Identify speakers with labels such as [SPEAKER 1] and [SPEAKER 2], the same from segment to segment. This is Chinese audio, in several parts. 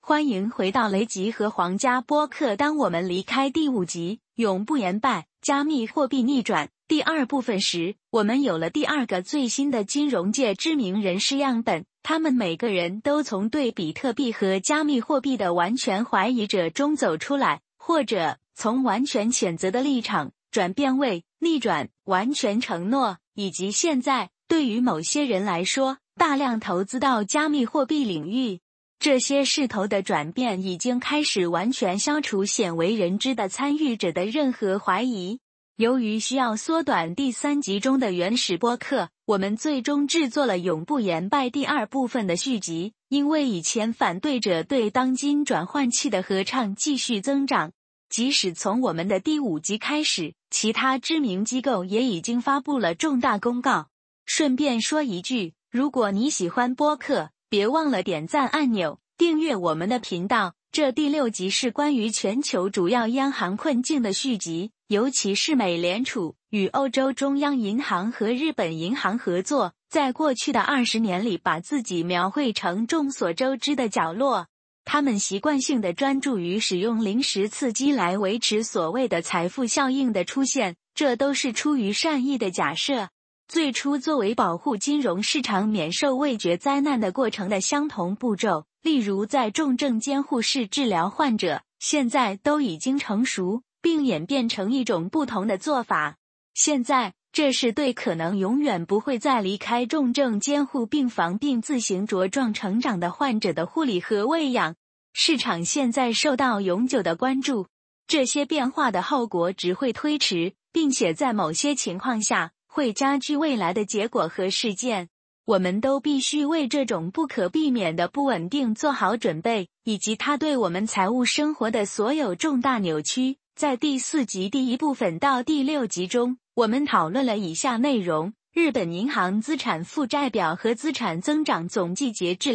[SPEAKER 1] 欢迎回到雷吉和皇家播客。当我们离开第5集永不言败加密货币逆转第2部分时，我们有了第2个最新的金融界知名人士样本，他们每个人都从对比特币和加密货币的完全怀疑者中走出来，或者从完全谴责的立场转变为逆转、完全承诺，以及现在对于某些人来说大量投资到加密货币领域。这些势头的转变已经开始完全消除鲜为人知的参与者的任何怀疑。由于需要缩短第3集中的原始播客，我们最终制作了永不言败第2部分的续集。因为以前反对者对当今转换器的合唱继续增长，即使从我们的第5集开始，其他知名机构也已经发布了重大公告。顺便说一句，如果你喜欢播客，别忘了点赞按钮，订阅我们的频道。这第6集是关于全球主要央行困境的续集，尤其是美联储与欧洲中央银行和日本银行合作，在过去的20年里把自己描绘成众所周知的角落。他们习惯性地专注于使用临时刺激来维持所谓的财富效应的出现，这都是出于善意的假设。最初作为保护金融市场免受味觉灾难的过程的相同步骤，例如在重症监护室治疗患者，现在都已经成熟，并演变成一种不同的做法。现在，这是对可能永远不会再离开重症监护病房并自行茁壮成长的患者的护理和喂养。市场现在受到永久的关注，这些变化的后果只会推迟，并且在某些情况下会加剧未来的结果和事件。我们都必须为这种不可避免的不稳定做好准备，以及它对我们财务生活的所有重大扭曲。在第4集第1部分到第6集中，我们讨论了以下内容：日本银行资产负债表和资产增长总计截至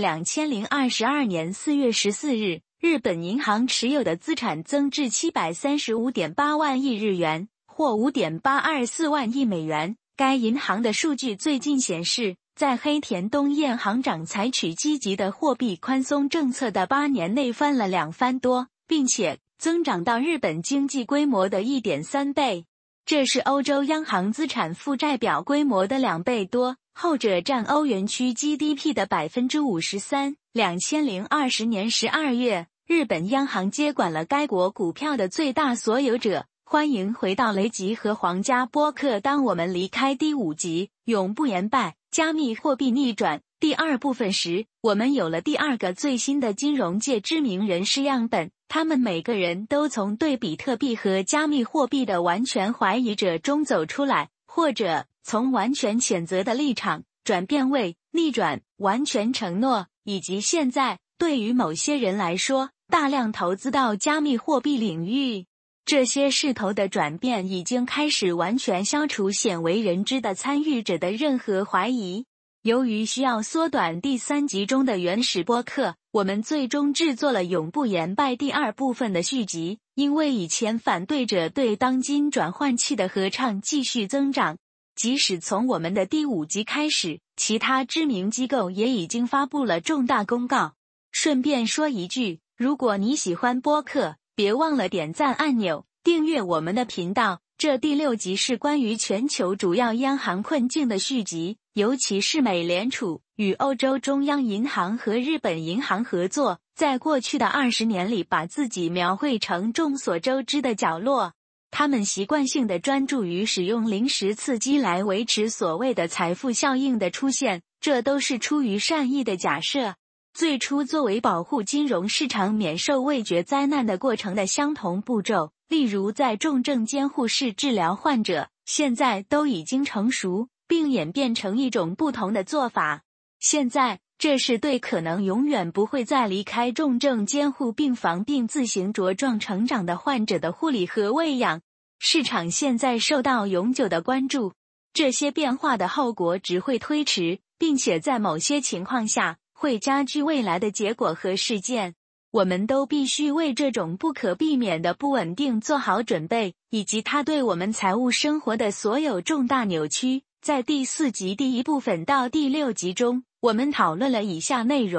[SPEAKER 1] 2022年4月14日，日本银行持有的资产增至 735.8 万亿日元，或 5.824 万亿美元。该银行的数据最近显示，在黑田东彦行长采取积极的货币宽松政策的8年内翻了2番多，并且增长到日本经济规模的 1.3 倍。这是欧洲央行资产负债表规模的2倍多，后者占欧元区 GDP 的 53%。2020年12月，日本央行接管了该国股票的最大所有者。欢迎回到雷吉和皇家播客。当我们离开第5集永不言败加密货币逆转第2部分时，我们有了第2个最新的金融界知名人士样本，他们每个人都从对比特币和加密货币的完全怀疑者中走出来，或者从完全谴责的立场转变为逆转、完全承诺，以及现在对于某些人来说大量投资到加密货币领域。这些势头的转变已经开始完全消除鲜为人知的参与者的任何怀疑。由于需要缩短第3集中的原始播客，我们最终制作了永不言败第2部分的续集。因为以前反对者对当今转换器的合唱继续增长，即使从我们的第5集开始，其他知名机构也已经发布了重大公告。顺便说一句，如果你喜欢播客，别忘了点赞按钮，订阅我们的频道。这第6集是关于全球主要央行困境的续集，尤其是美联储与欧洲中央银行和日本银行合作，在过去的20年里把自己描绘成众所周知的角落。他们习惯性地专注于使用临时刺激来维持所谓的财富效应的出现，这都是出于善意的假设。最初作为保护金融市场免受味觉灾难的过程的相同步骤，例如在重症监护室治疗患者，现在都已经成熟，并演变成一种不同的做法。现在，这是对可能永远不会再离开重症监护病房并自行茁壮成长的患者的护理和喂养。市场现在受到永久的关注，这些变化的后果只会推迟，并且在某些情况下会加剧未来的结果和事件。我们都必须为这种不可避免的不稳定做好准备，以及它对我们财务生活的所有重大扭曲。在第4集第1部分到第6集中，我们讨论了以下内容：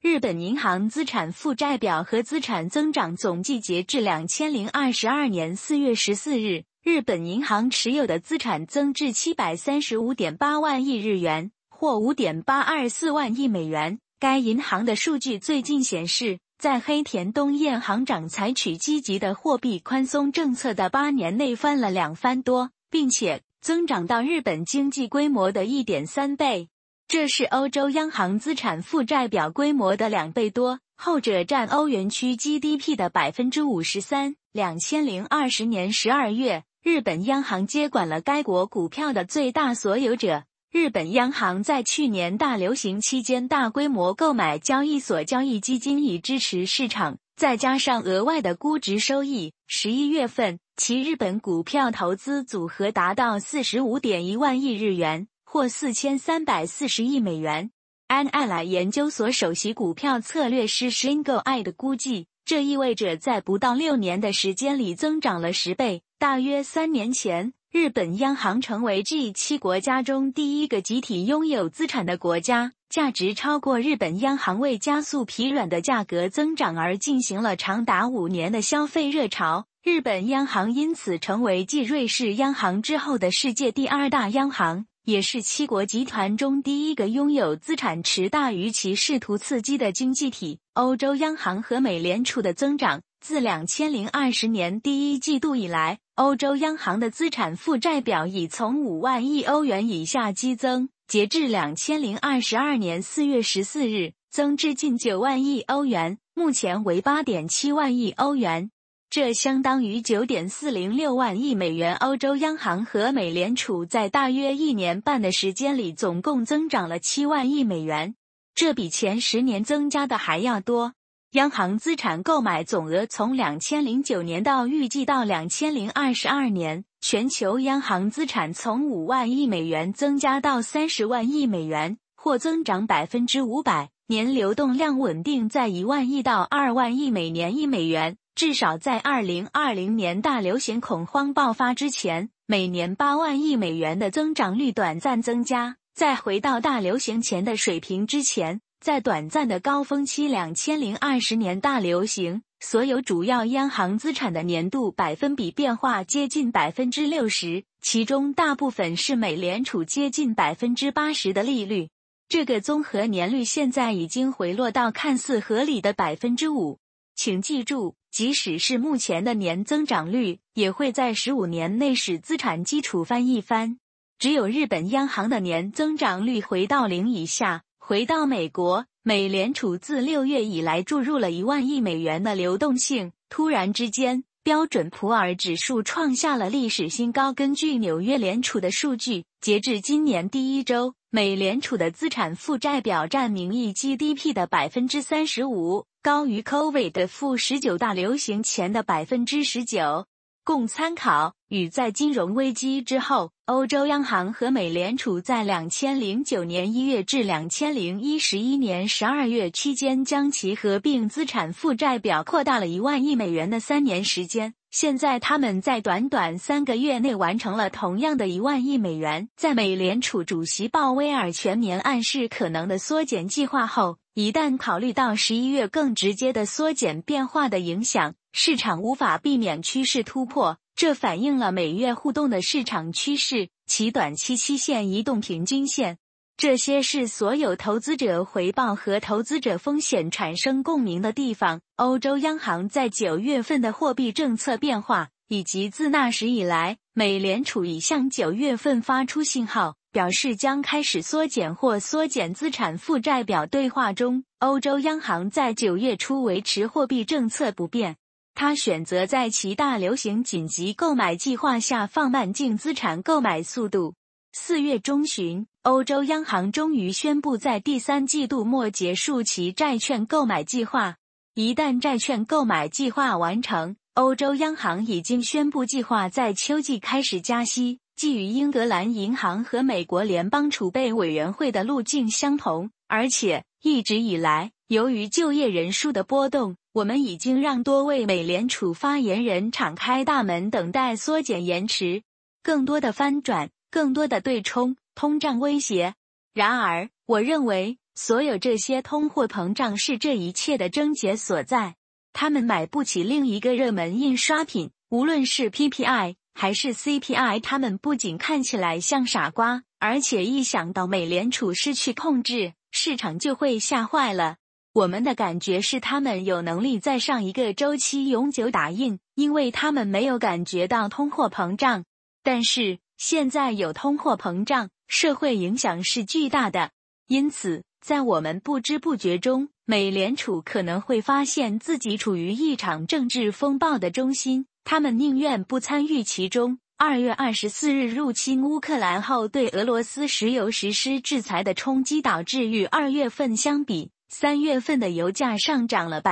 [SPEAKER 1] 日本银行资产负债表和资产增长总计截至2022年4月14日，日本银行持有的资产增至 735.8 万亿日元，或 5.824 万亿美元。该银行的数据最近显示，在黑田东彦行长采取积极的货币宽松政策的8年内翻了2番多，并且增长到日本经济规模的 1.3 倍。这是欧洲央行资产负债表规模的2倍多，后者占欧元区 GDP 的 53%。2020年12月，日本央行接管了该国股票的最大所有者。日本央行在去年大流行期间大规模购买交易所交易基金以支持市场，再加上额外的估值收益，11月份其日本股票投资组合达到 45.1 万亿日元，或4340亿美元。安艾莱研究所首席股票策略师 Shingo Ai 的估计，这意味着在不到6年的时间里增长了10倍。大约3年前，日本央行成为 G7 国家中第一个集体拥有资产的国家，价值超过日本央行为加速疲软的价格增长而进行了长达5年的消费热潮。日本央行因此成为继瑞士央行之后的世界第2大央行，也是7国集团中第一个拥有资产池大于其试图刺激的经济体。欧洲央行和美联储的增长，自2020年第一季度以来，欧洲央行的资产负债表已从5万亿欧元以下激增，截至2022年4月14日，增至近9万亿欧元，目前为 8.7 万亿欧元。这相当于 9.406 万亿美元。欧洲央行和美联储在大约1年半的时间里总共增长了7万亿美元，这比前10年增加的还要多。央行资产购买总额从2009年到预计到2022年，全球央行资产从5万亿美元增加到30万亿美元，或增长 500%， 年流动量稳定在1万亿到2万亿每年1美元。至少在2020年大流行恐慌爆发之前，每年8万亿美元的增长率短暂增加，在回到大流行前的水平之前，在短暂的高峰期2020年大流行，所有主要央行资产的年度百分比变化接近 60%， 其中大部分是美联储接近 80% 的利率。这个综合年率现在已经回落到看似合理的 5%。请记住，即使是目前的年增长率，也会在15年内使资产基础翻一番。只有日本央行的年增长率回到0以下。回到美国，美联储自6月以来注入了1万亿美元的流动性，突然之间，标准普尔指数创下了历史新高。根据纽约联储的数据，截至今年第1周，美联储的资产负债表占名义 GDP 的 35%， 高于 COVID 的-19大流行前的 19%。供参考，与在金融危机之后，欧洲央行和美联储在2009年1月至2011年12月期间将其合并资产负债表扩大了1万亿美元的3年时间，现在他们在短短3个月内完成了同样的1万亿美元。在美联储主席鲍威尔全年暗示可能的缩减计划后，一旦考虑到11月更直接的缩减变化的影响，市场无法避免趋势突破，这反映了每月互动的市场趋势，其短期期限移动平均线。这些是所有投资者回报和投资者风险产生共鸣的地方。欧洲央行在9月份的货币政策变化，以及自那时以来，美联储已向9月份发出信号，表示将开始缩减或缩减资产负债表。对话中，欧洲央行在9月初维持货币政策不变。他选择在其大流行紧急购买计划下放慢净资产购买速度。4月中旬，欧洲央行终于宣布在第3季度末结束其债券购买计划。一旦债券购买计划完成，欧洲央行已经宣布计划在秋季开始加息，既与英格兰银行和美国联邦储备委员会的路径相同，而且一直以来，由于就业人数的波动，我们已经让多位美联储发言人敞开大门等待缩减延迟，更多的翻转，更多的对冲，通胀威胁。然而，我认为， 所有这些通货膨胀是这一切的症结所在。他们买不起另一个热门印刷品，无论是 PPI 还是 CPI， 他们不仅看起来像傻瓜，而且一想到美联储失去控制，市场就会吓坏了。我们的感觉是他们有能力在上一个周期永久打印，因为他们没有感觉到通货膨胀。但是现在有通货膨胀，社会影响是巨大的，因此在我们不知不觉中，美联储可能会发现自己处于一场政治风暴的中心，他们宁愿不参与其中。2月24日入侵乌克兰后对俄罗斯石油实施制裁的冲击导致与2月份相比，3月份的油价上涨了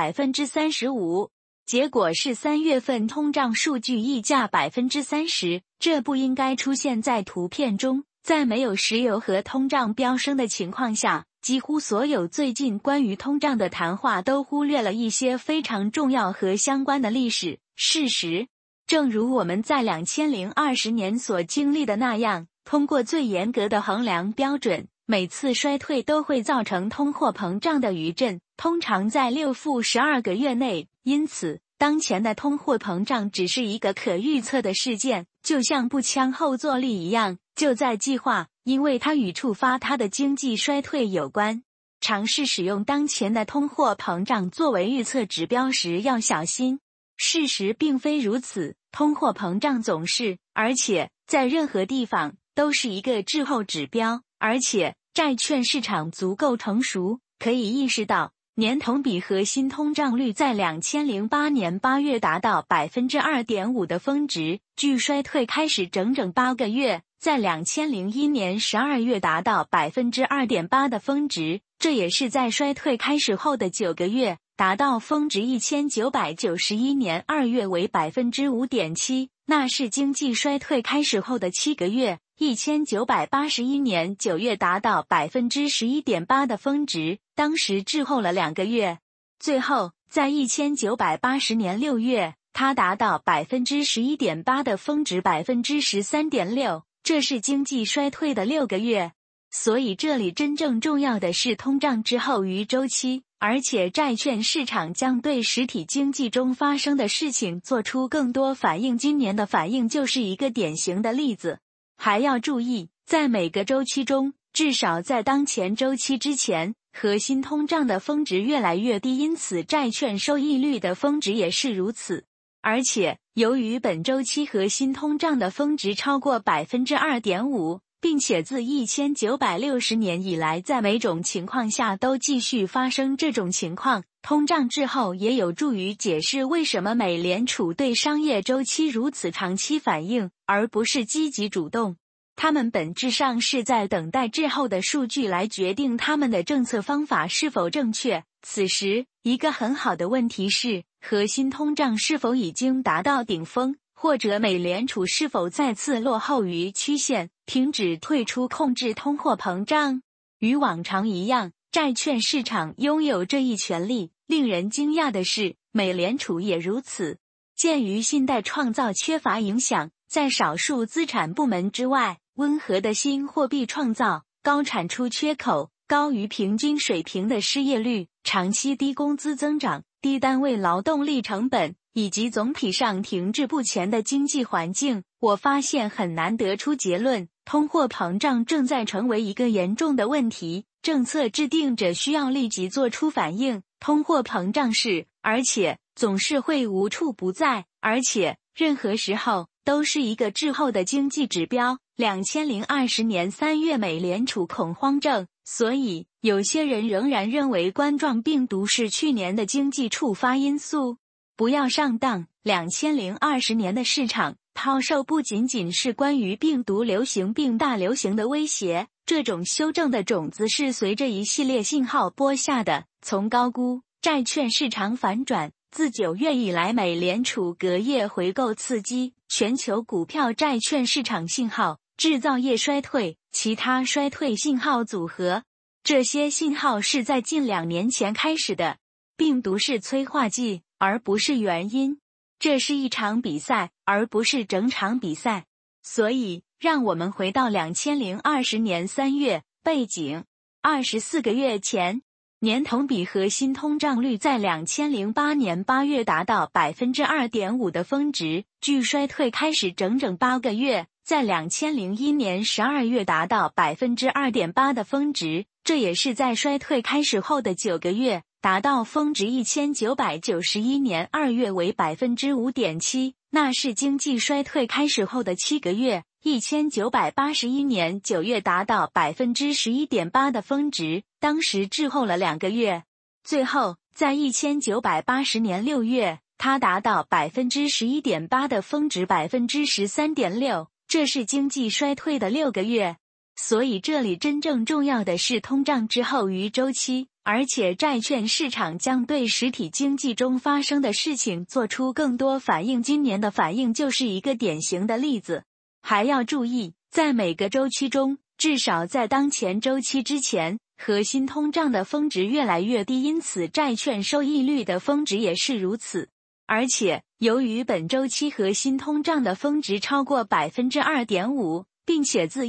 [SPEAKER 1] 35%， 结果是3月份通胀数据溢价 30%， 这不应该出现在图片中。在没有石油和通胀飙升的情况下，几乎所有最近关于通胀的谈话都忽略了一些非常重要和相关的历史事实。正如我们在2020年所经历的那样，通过最严格的衡量标准，每次衰退都会造成通货膨胀的余震，通常在6-12个月内。因此，当前的通货膨胀只是一个可预测的事件，就像步枪后坐力一样，就在计划，因为它与触发它的经济衰退有关。尝试使用当前的通货膨胀作为预测指标时要小心。事实并非如此，通货膨胀总是，而且在任何地方都是一个滞后指标，而且债券市场足够成熟，可以意识到年同比核心通胀率在2008年8月达到 2.5% 的峰值，距衰退开始整整8个月，在2001年12月达到 2.8% 的峰值，这也是在衰退开始后的9个月达到峰值。1991年2月为 5.7%， 那是经济衰退开始后的7个月。1981年9月达到 11.8% 的峰值，当时滞后了2个月。最后，在1980年6月，它达到 11.8% 的峰值 13.6%， 这是经济衰退的6个月。所以这里真正重要的是通胀之后余周期，而且债券市场将对实体经济中发生的事情做出更多反应。今年的反应就是一个典型的例子。还要注意，在每个周期中，至少在当前周期之前，核心通胀的峰值越来越低，因此债券收益率的峰值也是如此。而且，由于本周期核心通胀的峰值超过 2.5%， 并且自1960年以来在每种情况下都继续发生这种情况，通胀滞后也有助于解释为什么美联储对商业周期如此长期反应，而不是积极主动。他们本质上是在等待滞后的数据来决定他们的政策方法是否正确。此时，一个很好的问题是，核心通胀是否已经达到顶峰，或者美联储是否再次落后于曲线，停止退出控制通货膨胀。与往常一样，债券市场拥有这一权利。令人惊讶的是，美联储也如此。鉴于信贷创造缺乏影响，在少数资产部门之外，温和的新货币创造、高产出缺口、高于平均水平的失业率、长期低工资增长、低单位劳动力成本，以及总体上停滞不前的经济环境，我发现很难得出结论。通货膨胀正在成为一个严重的问题，政策制定者需要立即做出反应。通货膨胀是，而且总是会无处不在，而且任何时候都是一个滞后的经济指标。2020年3月美联储恐慌症，所以有些人仍然认为冠状病毒是去年的经济触发因素。不要上当，2020年的市场抛售不仅仅是关于病毒流行并大流行的威胁，这种修正的种子是随着一系列信号播下的，从高估债券市场反转，自9月以来美联储隔夜回购刺激全球股票债券市场信号，制造业衰退，其他衰退信号组合。这些信号是在近2年前开始的。病毒是催化剂，而不是原因。这是一场比赛，而不是整场比赛。所以，让我们回到2020年3月，背景。 24个月前，年同比核心通胀率在2008年8月达到 2.5% 的峰值，距衰退开始整整8个月，在2001年12月达到 2.8% 的峰值，这也是在衰退开始后的9个月，达到峰值。1991年2月为 5.7%， 那是经济衰退开始后的7个月。1981年9月达到 11.8% 的峰值，当时滞后了2个月。最后，在1980年6月，它达到 11.8% 的峰值 13.6%， 这是经济衰退的6个月。所以这里真正重要的是通胀之后余周期，而且债券市场将对实体经济中发生的事情做出更多反应。今年的反应就是一个典型的例子。还要注意，在每个周期中，至少在当前周期之前，核心通胀的峰值越来越低，因此债券收益率的峰值也是如此。而且，由于本周期核心通胀的峰值超过 2.5%， 并且自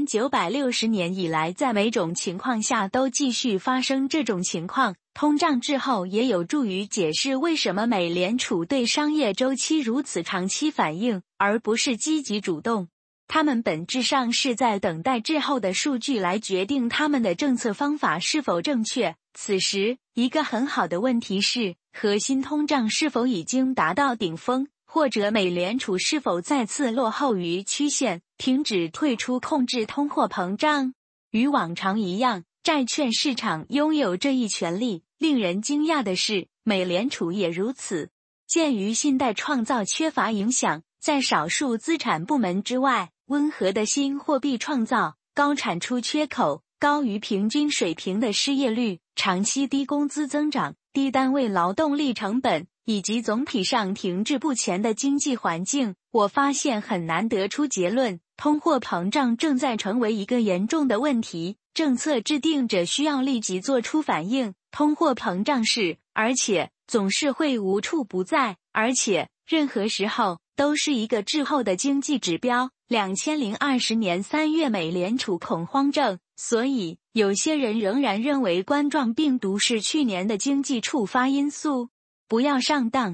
[SPEAKER 1] 1960年以来在每种情况下都继续发生这种情况，通胀滞后也有助于解释为什么美联储对商业周期如此长期反应，而不是积极主动。他们本质上是在等待滞后的数据来决定他们的政策方法是否正确。此时，一个很好的问题是，核心通胀是否已经达到顶峰，或者美联储是否再次落后于曲线，停止退出控制通货膨胀。与往常一样，债券市场拥有这一权利。令人惊讶的是，美联储也如此。鉴于信贷创造缺乏影响，在少数资产部门之外，温和的新货币创造、高产出缺口、高于平均水平的失业率、长期低工资增长、低单位劳动力成本，以及总体上停滞不前的经济环境，我发现很难得出结论，通货膨胀正在成为一个严重的问题，政策制定者需要立即做出反应。通货膨胀是，而且总是会无处不在，而且任何时候都是一个滞后的经济指标。2020年3月美联储恐慌症，所以有些人仍然认为冠状病毒是去年的经济触发因素。不要上当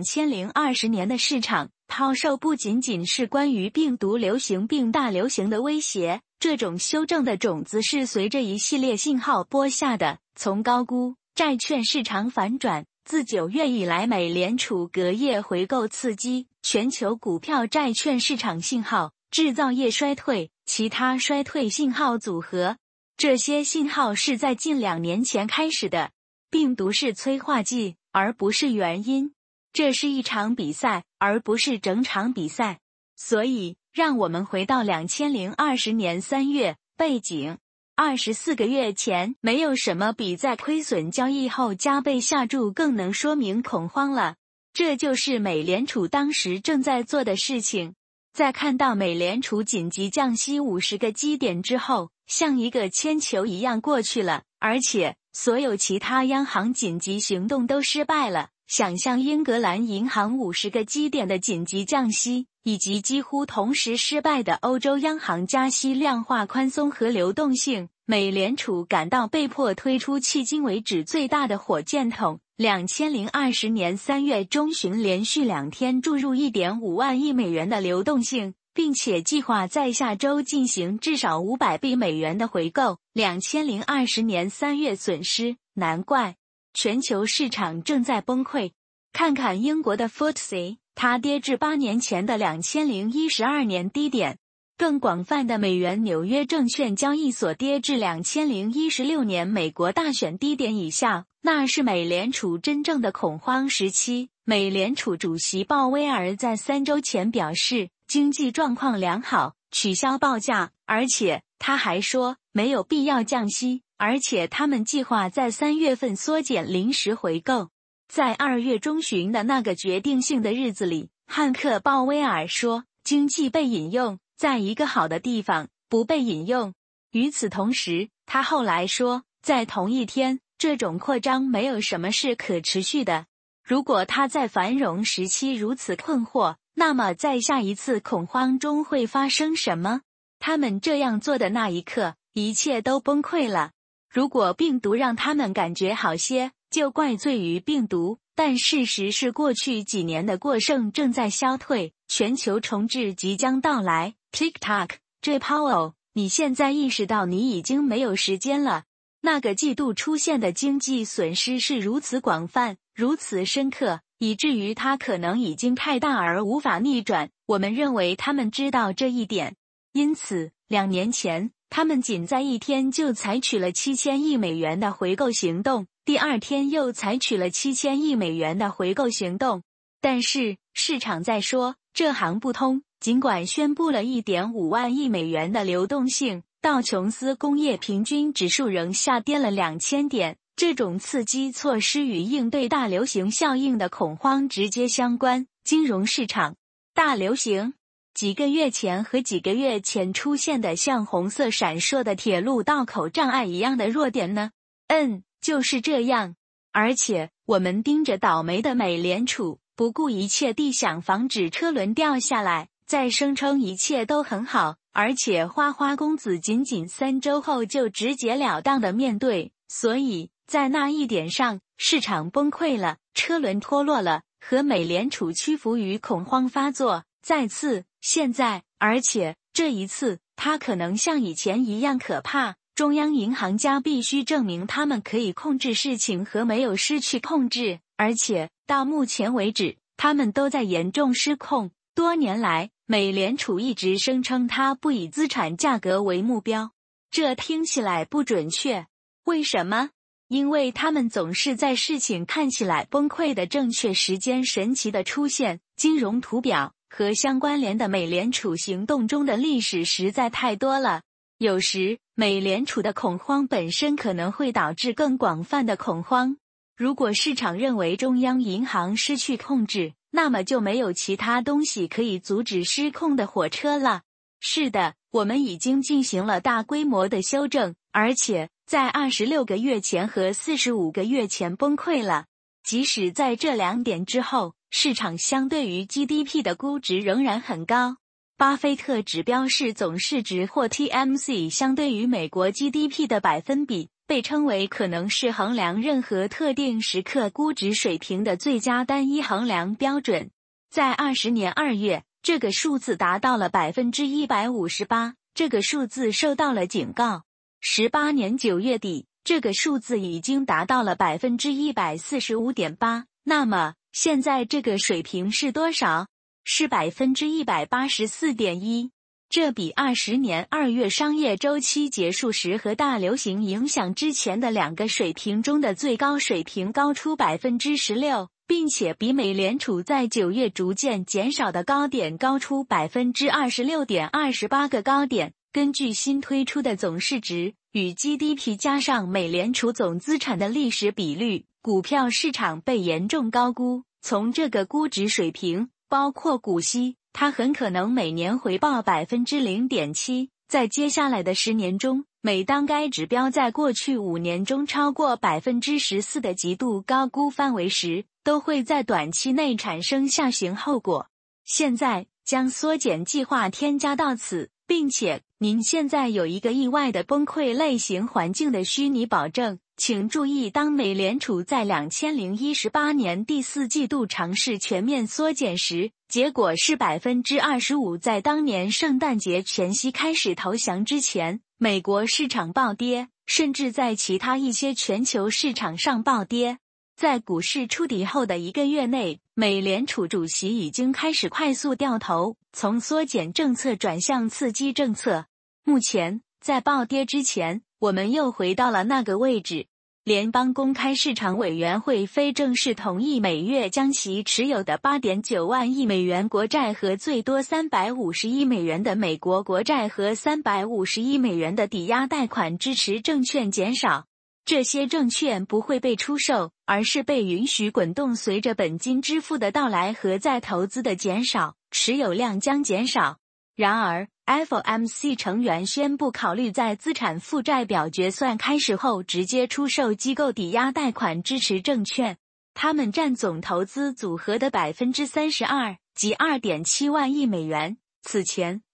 [SPEAKER 1] ，2020年的市场抛售不仅仅是关于病毒流行病大流行的威胁，这种修正的种子是随着一系列信号播下的，从高估债券市场反转，自9月以来美联储隔夜回购刺激全球股票债券市场信号，制造业衰退，其他衰退信号组合。这些信号是在近2年前开始的。病毒是催化剂，而不是原因。这是一场比赛，而不是整场比赛。所以，让我们回到2020年3月，背景。24个月前，没有什么比在亏损交易后加倍下注更能说明恐慌了。这就是美联储当时正在做的事情。在看到美联储紧急降息50个基点之后，像一个铅球一样过去了，而且所有其他央行紧急行动都失败了。想象英格兰银行50个基点的紧急降息，以及几乎同时失败的欧洲央行加息、量化宽松和流动性，美联储感到被迫推出迄今为止最大的火箭筒。2020年3月中旬连续2天注入 1.5 万亿美元的流动性，并且计划在下周进行至少500亿美元的回购。2020年3月损失，难怪全球市场正在崩溃。看看英国的 FTSE， 它跌至8年前的2012年低点。更广泛的美元纽约证券交易所跌至2016年美国大选低点以下，那是美联储真正的恐慌时期。美联储主席鲍威尔在3周前表示，经济状况良好，取消报价，而且他还说没有必要降息，而且他们计划在3月份缩减临时回购。在2月中旬的那个决定性的日子里，汉克·鲍威尔说，经济被引用，在一个好的地方，不被引用。与此同时，他后来说，在同一天，这种扩张没有什么是可持续的。如果他在繁荣时期如此困惑，那么在下一次恐慌中会发生什么？他们这样做的那一刻，一切都崩溃了。 如果病毒让他们感觉好些，就怪罪于病毒，但事实是过去几年的过剩正在消退，全球重置即将到来。TikTok，J. Powell， 你现在意识到你已经没有时间了。那个季度出现的经济损失是如此广泛，如此深刻，以至于它可能已经太大而无法逆转。我们认为他们知道这一点，因此2年前他们仅在一天就采取了7000亿美元的回购行动，第二天又采取了7000亿美元的回购行动。但是市场在说这行不通，尽管宣布了 1.5 万亿美元的流动性，道琼斯工业平均指数仍下跌了2000点。这种刺激措施与应对大流行效应的恐慌直接相关。金融市场大流行，几个月前和几个月前出现的像红色闪烁的铁路道口障碍一样的弱点呢？就是这样。而且我们盯着倒霉的美联储，不顾一切地想防止车轮掉下来，再声称一切都很好，而且花花公子仅3周后就直截了当地面对。所以在那一点上，市场崩溃了，车轮脱落了，和美联储屈服于恐慌发作。现在，而且这一次，它可能像以前一样可怕。中央银行家必须证明他们可以控制事情和没有失去控制，而且到目前为止，他们都在严重失控。多年来，美联储一直声称它不以资产价格为目标，这听起来不准确。为什么？因为他们总是在事情看起来崩溃的正确时间神奇地出现。金融图表和相关联的美联储行动中的历史实在太多了。有时，美联储的恐慌本身可能会导致更广泛的恐慌。如果市场认为中央银行失去控制，那么就没有其他东西可以阻止失控的火车了。是的，我们已经进行了大规模的修正，而且在26个月前和45个月前崩溃了。即使在这2点之后，市场相对于 GDP 的估值仍然很高。巴菲特指标是总市值或 TMC 相对于美国 GDP 的百分比，被称为可能是衡量任何特定时刻估值水平的最佳单一衡量标准。在20年2月，这个数字达到了 158%， 这个数字受到了警告。18年9月底，这个数字已经达到了 145.8%。那么，现在这个水平是多少？是 184.1%。这比20年2月商业周期结束时和大流行影响之前的2个水平中的最高水平高出 16%， 并且比美联储在9月逐渐减少的高点高出 26.28% 个高点。根据新推出的总市值与 GDP 加上美联储总资产的历史比率，股票市场被严重高估。从这个估值水平，包括股息，它很可能每年回报 0.7%。在接下来的10年中，每当该指标在过去5年中超过 14% 的极度高估范围时，都会在短期内产生下行后果。现在将缩减计划添加到此，并且您现在有一个意外的崩溃类型环境的虚拟保证。请注意，当美联储在2018年第4季度尝试全面缩减时，结果是 25%。 在当年圣诞节前夕开始投降之前，美国市场暴跌，甚至在其他一些全球市场上暴跌。在股市触底后的1个月内，美联储主席已经开始快速掉头，从缩减政策转向刺激政策。目前，在暴跌之前，我们又回到了那个位置。联邦公开市场委员会非正式同意每月将其持有的 8.9 万亿美元国债和最多350亿美元的美国国债和350亿美元的抵押贷款支持证券减少。这些证券不会被出售，而是被允许滚动。随着本金支付的到来和再投资的减少，持有量将减少。然而， FOMC 成员宣布考虑在资产负债表决算开始后直接出售机构抵押贷款支持证券。它们占总投资组合的 32%， 即 2.7 万亿美元。此前，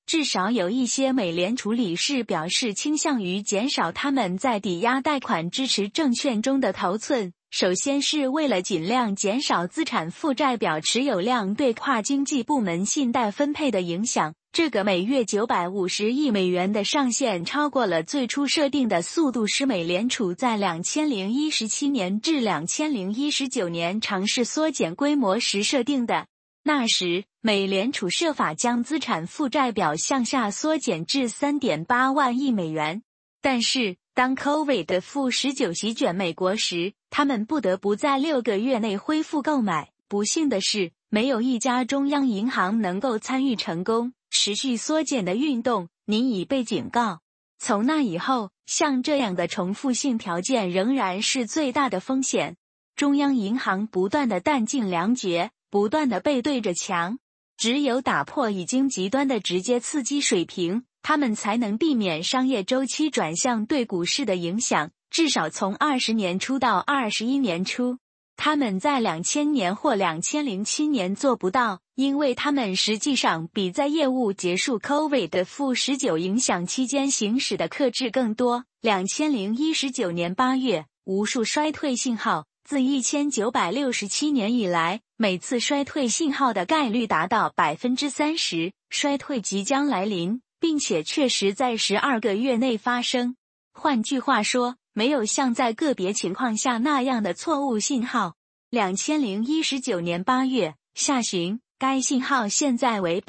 [SPEAKER 1] 至少有一些美联储理事表示倾向于减少他们在抵押贷款支持证券中的头寸。首先是为了尽量减少资产负债表持有量对跨经济部门信贷分配的影响。这个每月950亿美元的上限超过了最初设定的速度，使美联储在2017年至2019年尝试缩减规模时设定的。那时，美联储设法将资产负债表向下缩减至 3.8 万亿美元。但是，当 COVID-19 席卷美国时，他们不得不在6个月内恢复购买。不幸的是，没有一家中央银行能够参与成功。持续缩减的运动，您已被警告。从那以后，像这样的重复性条件仍然是最大的风险。中央银行不断的弹尽粮绝，不断的背对着墙。只有打破已经极端的直接刺激水平，他们才能避免商业周期转向对股市的影响，至少从20年初到21年初。他们在2000年或2007年做不到，因为他们实际上比在业务结束 COVID-19 影响期间行使的克制更多。2019年8月，无数衰退信号，自1967年以来，每次衰退信号的概率达到 30%， 衰退即将来临，并且确实在12个月内发生。换句话说，没有像在个别情况下那样的错误信号。2019年8月下旬，该信号现在为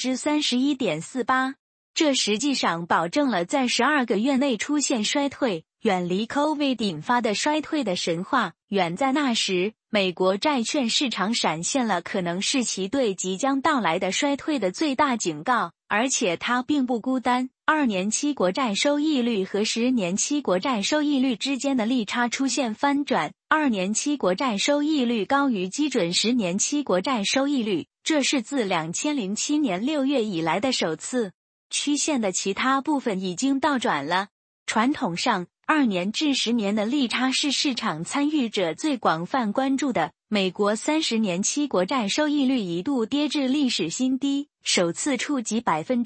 [SPEAKER 1] 31.48%， 这实际上保证了在12个月内出现衰退，远离 COVID 引发的衰退的神话。远在那时，美国债券市场闪现了可能是其对即将到来的衰退的最大警告，而且它并不孤单。2年期国债收益率和10年期国债收益率之间的利差出现翻转，2年期国债收益率高于基准10年期国债收益率，这是自2007年6月以来的首次。曲线的其他部分已经倒转了。传统上，2年至10年的利差是市场参与者最广泛关注的。美国30年期国债收益率一度跌至历史新低，首次触及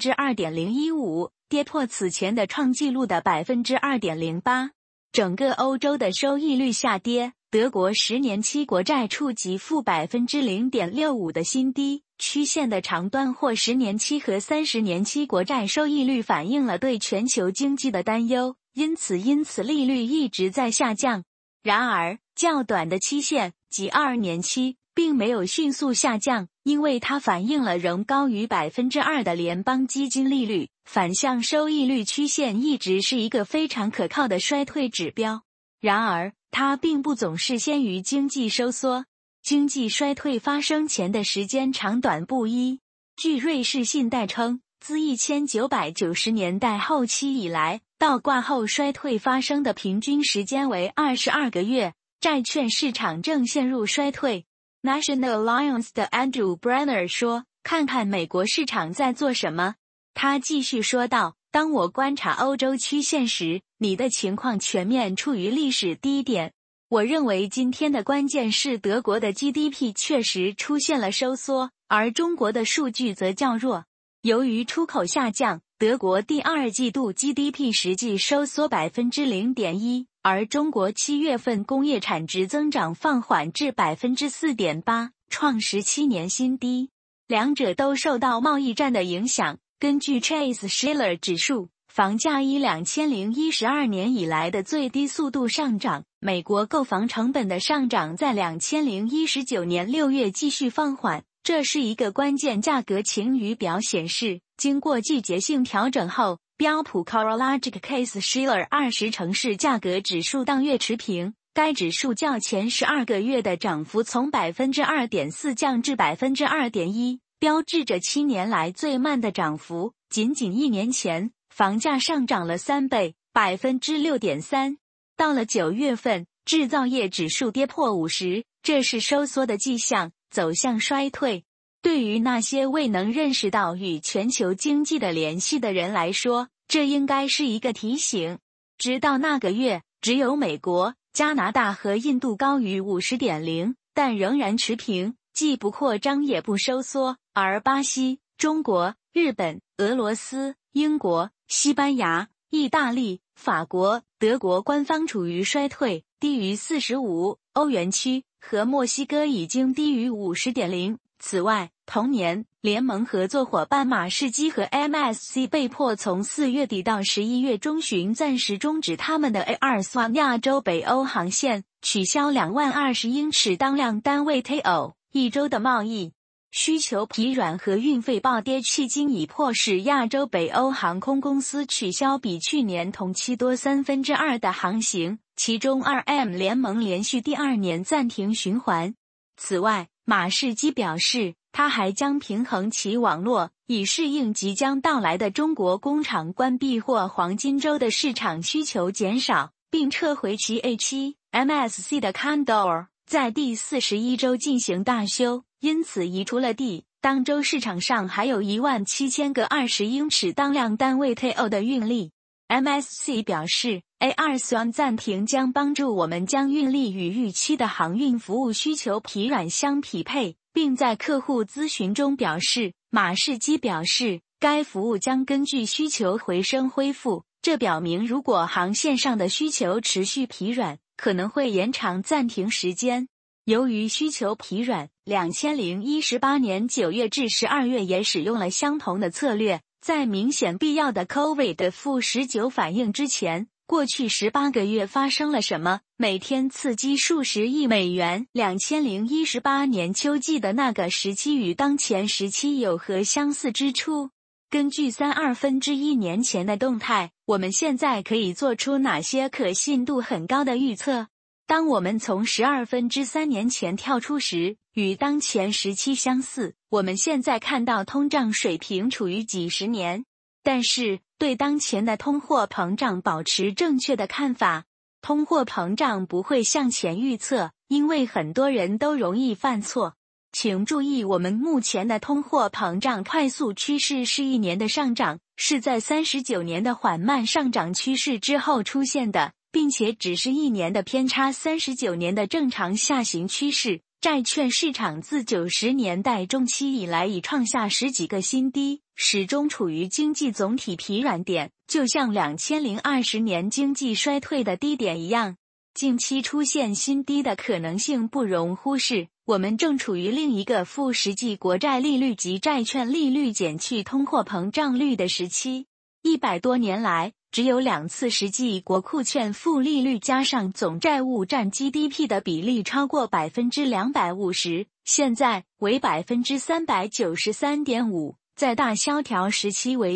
[SPEAKER 1] 2.015%， 跌破此前的创纪录的 2.08%。整个欧洲的收益率下跌，德国10年期国债触及负 0.65% 的新低。曲线的长端或10年期和30年期国债收益率反映了对全球经济的担忧，因此利率一直在下降。然而，较短的期限，即2年期，并没有迅速下降，因为它反映了仍高于 2% 的联邦基金利率。反向收益率曲线一直是一个非常可靠的衰退指标。然而，它并不总是先于经济收缩。经济衰退发生前的时间长短不一。据瑞士信贷称，自1990年代后期以来，倒挂后衰退发生的平均时间为22个月，债券市场正陷入衰退。National Alliance 的 Andrew Brenner 说，看看美国市场在做什么。他继续说道，当我观察欧洲曲线时，你的情况全面处于历史低点。我认为今天的关键是德国的 GDP 确实出现了收缩，而中国的数据则较弱。由于出口下降，德国第2季度 GDP 实际收缩 0.1%， 而中国7月份工业产值增长放缓至 4.8%， 创17年新低。两者都受到贸易战的影响。根据 Case-Shiller 指数，房价以2012年以来的最低速度上涨。美国购房成本的上涨在2019年6月继续放缓，这是一个关键价格晴雨表显示，经过季节性调整后，标普 CoreLogic Case-Shiller 20城市价格指数当月持平，该指数较前12个月的涨幅从 2.4% 降至 2.1%， 标志着7年来最慢的涨幅。仅1年前，房价上涨了3倍， 6.3%。到了9月份，制造业指数跌破50，这是收缩的迹象，走向衰退。对于那些未能认识到与全球经济的联系的人来说，这应该是一个提醒。直到那个月，只有美国、加拿大和印度高于 50.0， 但仍然持平，既不扩张也不收缩，而巴西、中国、 日本、俄罗斯、英国、西班牙、意大利、法国、德国官方处于衰退，低于45，欧元区和墨西哥已经低于50.0。此外，同年，联盟合作伙伴马士基和 MSC 被迫从4月底到11月中旬暂时终止他们的 A2 亚洲北欧航线，取消22000英尺当量单位 TEU 一周的贸易。需求疲软和运费暴跌迄今已迫使亚洲北欧航空公司取消比去年同期多2/3的航行，其中 2M 联盟连续第2年暂停循环。此外，马士基表示，他还将平衡其网络，以适应即将到来的中国工厂关闭或黄金周的市场需求减少，并撤回其 A7MSC 的 Condor， 在第41周进行大修，因此移除了当周市场上还有17000个20英尺当量单位 TEU 的运力。MSC 表示 A2 暂停将帮助我们将运力与预期的航运服务需求疲软相匹配，并在客户咨询中表示，马士基表示该服务将根据需求回升恢复，这表明如果航线上的需求持续疲软，可能会延长暂停时间。由于需求疲软，2018年9月至12月也使用了相同的策略。在明显必要的 COVID-19 反应之前，过去18个月发生了什么？每天刺激数十亿美元。2018年秋季的那个时期与当前时期有何相似之处？根据1/32年前的动态，我们现在可以做出哪些可信度很高的预测？当我们从12/3年前跳出时，与当前时期相似，我们现在看到通胀水平处于几十年。但是，对当前的通货膨胀保持正确的看法。通货膨胀不会向前预测，因为很多人都容易犯错。请注意，我们目前的通货膨胀快速趋势是1年的上涨，是在39年的缓慢上涨趋势之后出现的，并且只是1年的偏差39年的正常下行趋势。债券市场自90年代中期以来已创下10几个新低，始终处于经济总体疲软点，就像2020年经济衰退的低点一样。近期出现新低的可能性不容忽视，我们正处于另一个负实际国债利率及债券利率减去通货膨胀率的时期。100多年来，只有2次实际国库券负利率加上总债务占 GDP 的比例超过 250%， 现在为 393.5%， 在大萧条时期为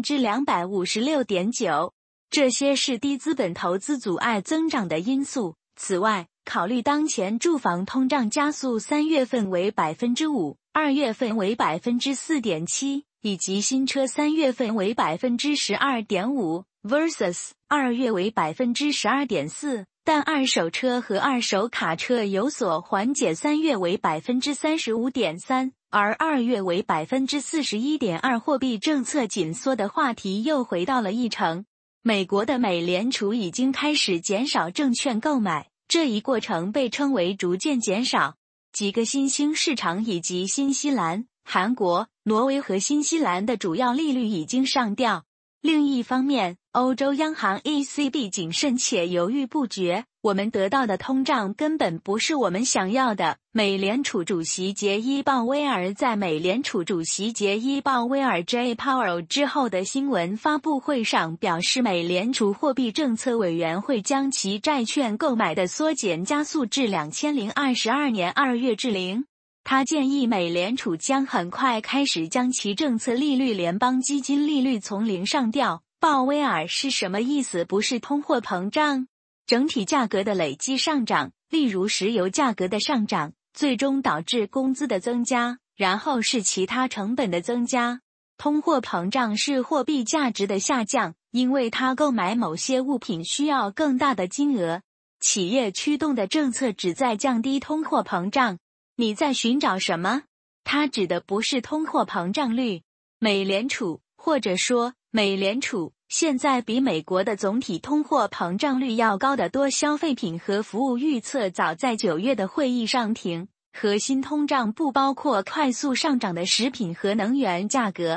[SPEAKER 1] 256.9%。 这些是低资本投资阻碍增长的因素。此外，考虑当前住房通胀加速，3月份为 5%， 2月份为 4.7%， 以及新车3月份为 12.5%。versus 2月为 12.4%， 但二手车和二手卡车有所缓解，3月为 35.3%， 而2月为 41.2%。 货币政策紧缩的话题又回到了议程。美国的美联储已经开始减少证券购买，这一过程被称为逐渐减少。几个新兴市场以及新西兰、韩国、挪威和新西兰的主要利率已经上调。另一方面，欧洲央行 ECB 谨慎且犹豫不决，我们得到的通胀根本不是我们想要的。美联储主席杰伊·鲍威尔在美联储主席杰伊·鲍威尔 J. Powell 之后的新闻发布会上表示，美联储货币政策委员会将其债券购买的缩减加速至2022年2月至0。他建议美联储将很快开始将其政策利率联邦基金利率从0上调。鲍威尔是什么意思？不是通货膨胀，整体价格的累积上涨，例如石油价格的上涨，最终导致工资的增加，然后是其他成本的增加。通货膨胀是货币价值的下降，因为它购买某些物品需要更大的金额。企业驱动的政策旨在降低通货膨胀。你在寻找什么？它指的不是通货膨胀率。美联储，或者说美联储，现在比美国的总体通货膨胀率要高得多。消费品和服务预测早在9月的会议上停。核心通胀不包括快速上涨的食品和能源价格。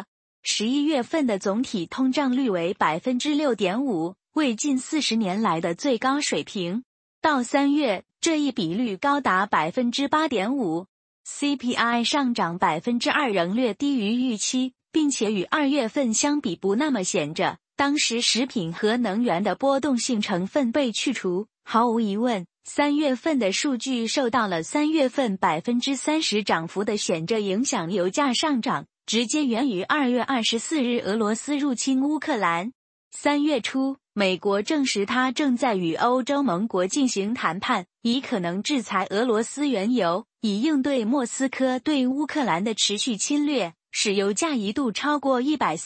[SPEAKER 1] 11月份的总体通胀率为 6.5%， 为近40年来的最高水平。到3月，这一比率高达 8.5%。CPI 上涨 2% 仍略低于预期，并且与2月份相比不那么显着。当时食品和能源的波动性成分被去除，毫无疑问，3月份的数据受到了3月份 30% 涨幅的显著影响。油价上涨直接源于2月24日俄罗斯入侵乌克兰。3月初，美国证实它正在与欧洲盟国进行谈判，以可能制裁俄罗斯原油，以应对莫斯科对乌克兰的持续侵略，使油价一度超过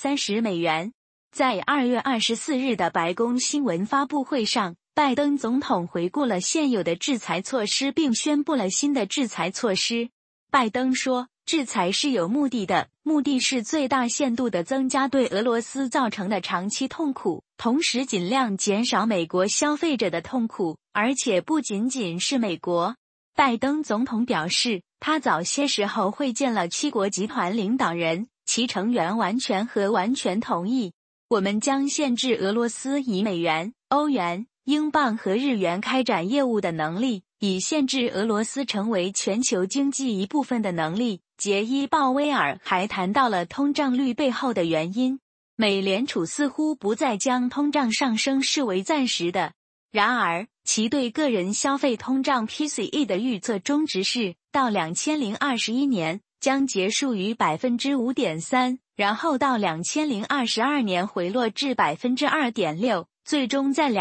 [SPEAKER 1] $130。在2月24日的白宫新闻发布会上，拜登总统回顾了现有的制裁措施并宣布了新的制裁措施。拜登说，制裁是有目的的，目的是最大限度地增加对俄罗斯造成的长期痛苦，同时尽量减少美国消费者的痛苦，而且不仅仅是美国。拜登总统表示，他早些时候会见了7国集团领导人，其成员完全同意。我们将限制俄罗斯以美元、欧元、英镑和日元开展业务的能力，以限制俄罗斯成为全球经济一部分的能力。杰伊·鲍威尔还谈到了通胀率背后的原因。美联储似乎不再将通胀上升视为暂时的，然而，其对个人消费通胀 PCE 的预测中值是，到2021年将结束于 5.3%。然后到2022年回落至 2.6%， 最终在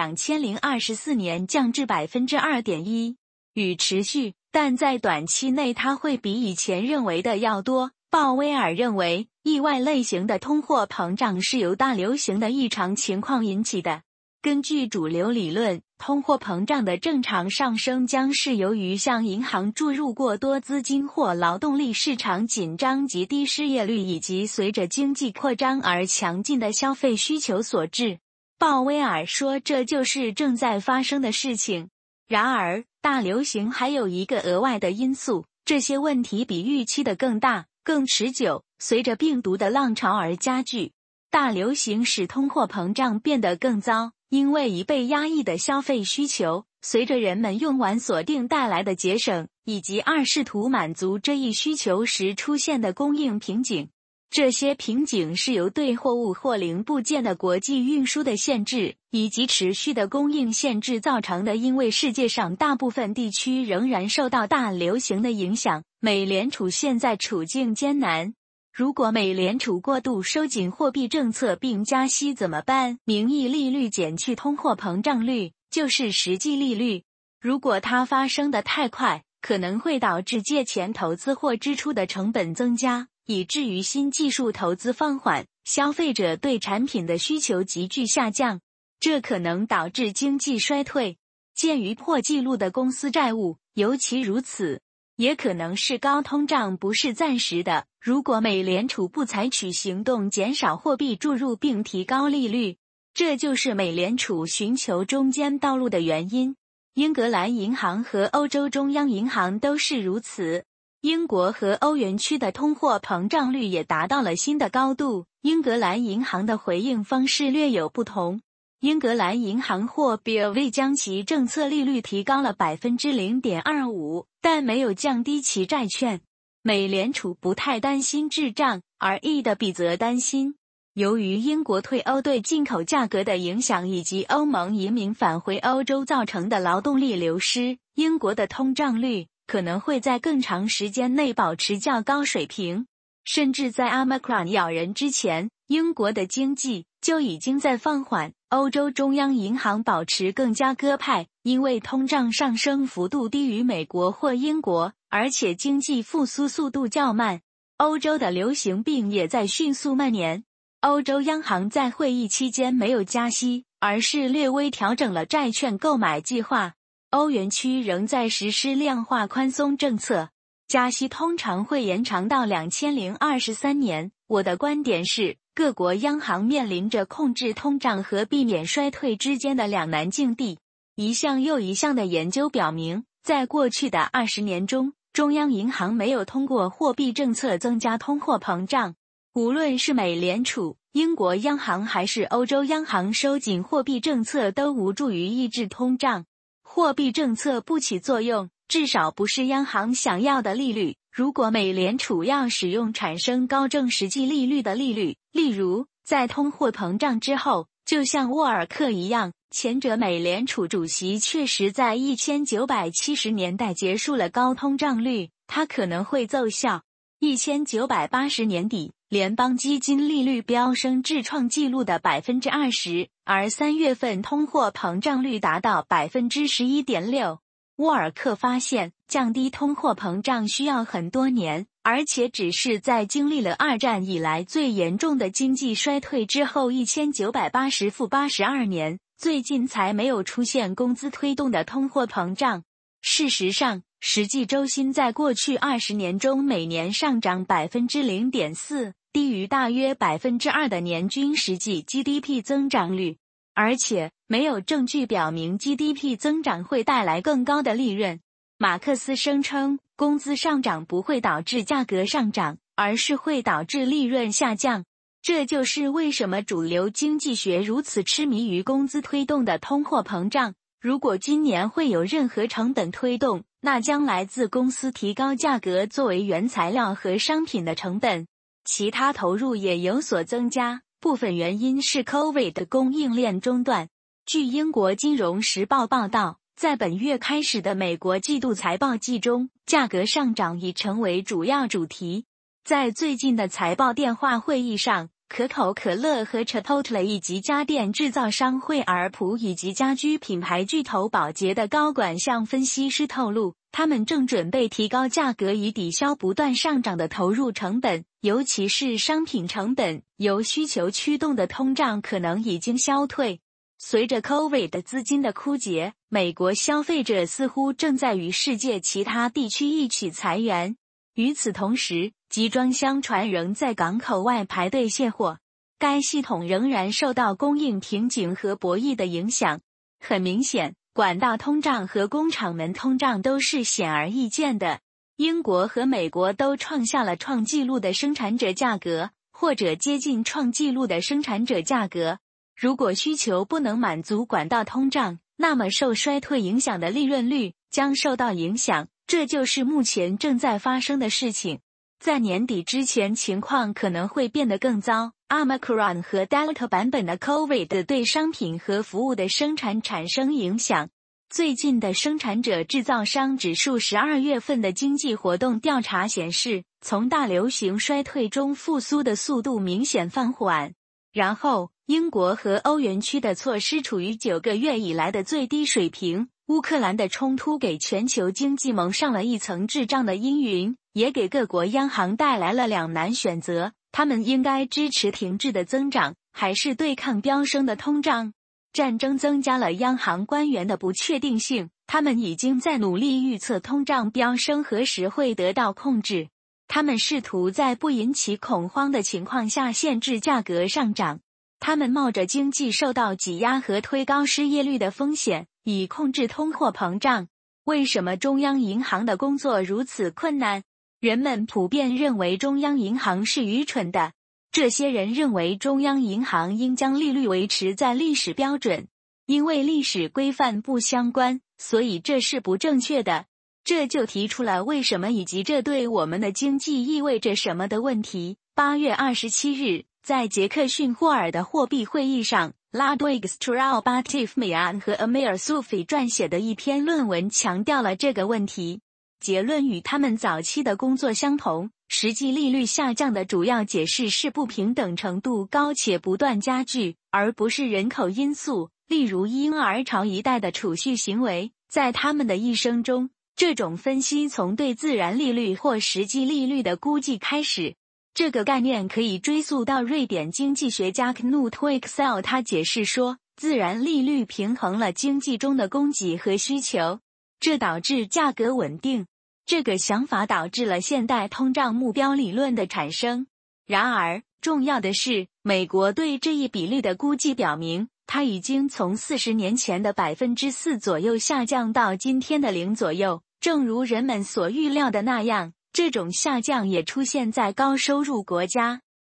[SPEAKER 1] 2024年降至 2.1%。与持续，但在短期内它会比以前认为的要多。鲍威尔认为，意外类型的通货膨胀是由大流行的异常情况引起的。根据主流理论，通货膨胀的正常上升将是由于向银行注入过多资金或劳动力市场紧张及低失业率，以及随着经济扩张而强劲的消费需求所致。鲍威尔说，这就是正在发生的事情。然而，大流行还有一个额外的因素，这些问题比预期的更大、更持久，随着病毒的浪潮而加剧。大流行使通货膨胀变得更糟。因为已被压抑的消费需求，随着人们用完锁定带来的节省，以及试图满足这一需求时出现的供应瓶颈。这些瓶颈是由对货物或零部件的国际运输的限制，以及持续的供应限制造成的。因为世界上大部分地区仍然受到大流行的影响，美联储现在处境艰难。如果美联储过度收紧货币政策并加息怎么办？名义利率减去通货膨胀率，就是实际利率。如果它发生得太快，可能会导致借钱投资或支出的成本增加，以至于新技术投资放缓，消费者对产品的需求急剧下降，这可能导致经济衰退。鉴于破纪录的公司债务，尤其如此。也可能是高通胀不是暂时的，如果美联储不采取行动减少货币注入并提高利率，这就是美联储寻求中间道路的原因。英格兰银行和欧洲中央银行都是如此。英国和欧元区的通货膨胀率也达到了新的高度，英格兰银行的回应方式略有不同。英格兰银行或 BOV 将其政策利率提高了 0.25%， 但没有降低其债券。美联储不太担心滞胀，而易德比则担心。由于英国退欧对进口价格的影响以及欧盟移民返回欧洲造成的劳动力流失，英国的通胀率可能会在更长时间内保持较高水平。甚至在 Omicron 咬人之前，英国的经济就已经在放缓。欧洲中央银行保持更加鸽派，因为通胀上升幅度低于美国或英国，而且经济复苏速度较慢。欧洲的流行病也在迅速蔓延。欧洲央行在会议期间没有加息，而是略微调整了债券购买计划。欧元区仍在实施量化宽松政策，加息通常会延长到2023年。我的观点是，各国央行面临着控制通胀和避免衰退之间的两难境地。一项又一项的研究表明，在过去的20年中，中央银行没有通过货币政策增加通货膨胀。 无论是美联储、英国央行还是欧洲央行收紧货币政策都无助于抑制通胀。货币政策不起作用，至少不是央行想要的利率。如果美联储要使用产生高正实际利率的利率，例如在通货膨胀之后，就像沃尔克一样，前者美联储主席确实在1970年代结束了高通胀率，它可能会奏效。1980年底，联邦基金利率飙升至创纪录的 20%， 而3月份通货膨胀率达到 11.6%。沃尔克发现，降低通货膨胀需要很多年，而且只是在经历了二战以来最严重的经济衰退之后1980-82年，最近才没有出现工资推动的通货膨胀。事实上，实际周薪在过去20年中每年上涨 0.4%， 低于大约 2% 的年均实际 GDP 增长率。而且，没有证据表明 GDP 增长会带来更高的利润。马克思声称，工资上涨不会导致价格上涨，而是会导致利润下降。这就是为什么主流经济学如此痴迷于工资推动的通货膨胀。如果今年会有任何成本推动，那将来自公司提高价格作为原材料和商品的成本。其他投入也有所增加，部分原因是 COVID 的供应链中断。据英国金融时报报道，在本月开始的美国季度财报季中，价格上涨已成为主要主题。在最近的财报电话会议上，可口可乐和 Chipotle 以及家电制造商惠而浦以及家居品牌巨头宝洁的高管向分析师透露，他们正准备提高价格以抵消不断上涨的投入成本，尤其是商品成本。由需求驱动的通胀可能已经消退。随着 COVID 的资金的枯竭，美国消费者似乎正在与世界其他地区一起裁员。与此同时，集装箱船仍在港口外排队卸货，该系统仍然受到供应瓶颈和博弈的影响。很明显，管道通胀和工厂门通胀都是显而易见的。英国和美国都创下了创纪录的生产者价格，或者接近创纪录的生产者价格。如果需求不能满足管道通胀，那么受衰退影响的利润率将受到影响。这就是目前正在发生的事情。在年底之前，情况可能会变得更糟。Omicron 和 Delta 版本的 COVID 对商品和服务的生产产生影响。最近的生产者制造商指数12月份的经济活动调查显示，从大流行衰退中复苏的速度明显放缓。然后，英国和欧元区的措施处于9个月以来的最低水平。乌克兰的冲突给全球经济蒙上了一层滞胀的阴云，也给各国央行带来了两难选择：他们应该支持停滞的增长，还是对抗飙升的通胀？战争增加了央行官员的不确定性，他们已经在努力预测通胀飙升何时会得到控制。他们试图在不引起恐慌的情况下限制价格上涨。他们冒着经济受到挤压和推高失业率的风险，以控制通货膨胀。为什么中央银行的工作如此困难？人们普遍认为中央银行是愚蠢的。这些人认为中央银行应将利率维持在历史标准。因为历史规范不相关，所以这是不正确的。这就提出了为什么以及这对我们的经济意味着什么的问题。8月27日，在杰克逊霍尔的货币会议上，Ludwig Straub-Batifmian 和 Amir Sufi 撰写的一篇论文强调了这个问题。结论与他们早期的工作相同，实际利率下降的主要解释是不平等程度高且不断加剧，而不是人口因素，例如婴儿潮一代的储蓄行为。在他们的一生中，这种分析从对自然利率或实际利率的估计开始。这个概念可以追溯到瑞典经济学家 Knut Wicksell， 他解释说，自然利率平衡了经济中的供给和需求，这导致价格稳定。这个想法导致了现代通胀目标理论的产生。然而，重要的是，美国对这一比率的估计表明，它已经从40年前的 4% 左右下降到今天的0左右。正如人们所预料的那样，这种下降也出现在高收入国家。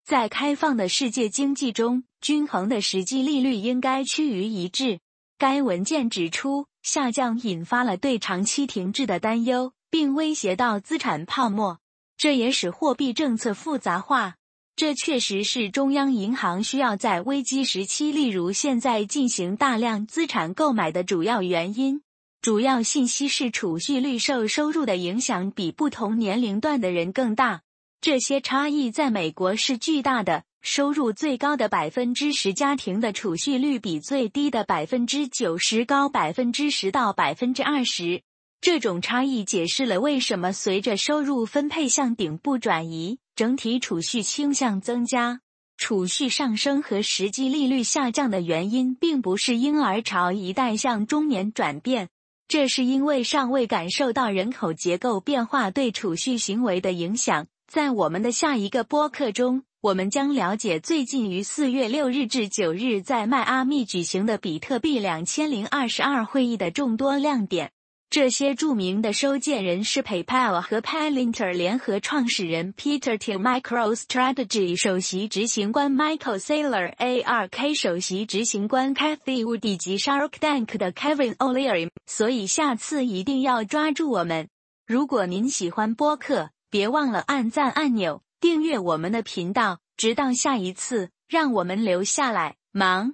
[SPEAKER 1] 在开放的世界经济中，均衡的实际利率应该趋于一致。该文件指出，下降引发了对长期停滞的担忧，并威胁到资产泡沫，这也使货币政策复杂化。这确实是中央银行需要在危机时期，例如现在进行大量资产购买的主要原因。主要信息是储蓄率受收入的影响比不同年龄段的人更大。这些差异在美国是巨大的，收入最高的 10% 家庭的储蓄率比最低的 90% 高 10% 到 20%。这种差异解释了为什么随着收入分配向顶部转移，整体储蓄倾向增加。储蓄上升和实际利率下降的原因并不是婴儿潮一代向中年转变，这是因为尚未感受到人口结构变化对储蓄行为的影响。在我们的下一个播客中，我们将了解最近于4月6日至9日在迈阿密举行的比特币2022会议的众多亮点。这些著名的收件人是 PayPal 和 Palantir 联合创始人 Peter Thiel、MicroStrategy 首席执行官 Michael Saylor、ARK 首席执行官 Cathie Wood 以及 Shark Tank 的 Kevin O'Leary， 所以下次一定要抓住我们。如果您喜欢播客，别忘了按赞按钮，订阅我们的频道。直到下一次，让我们留下来，忙。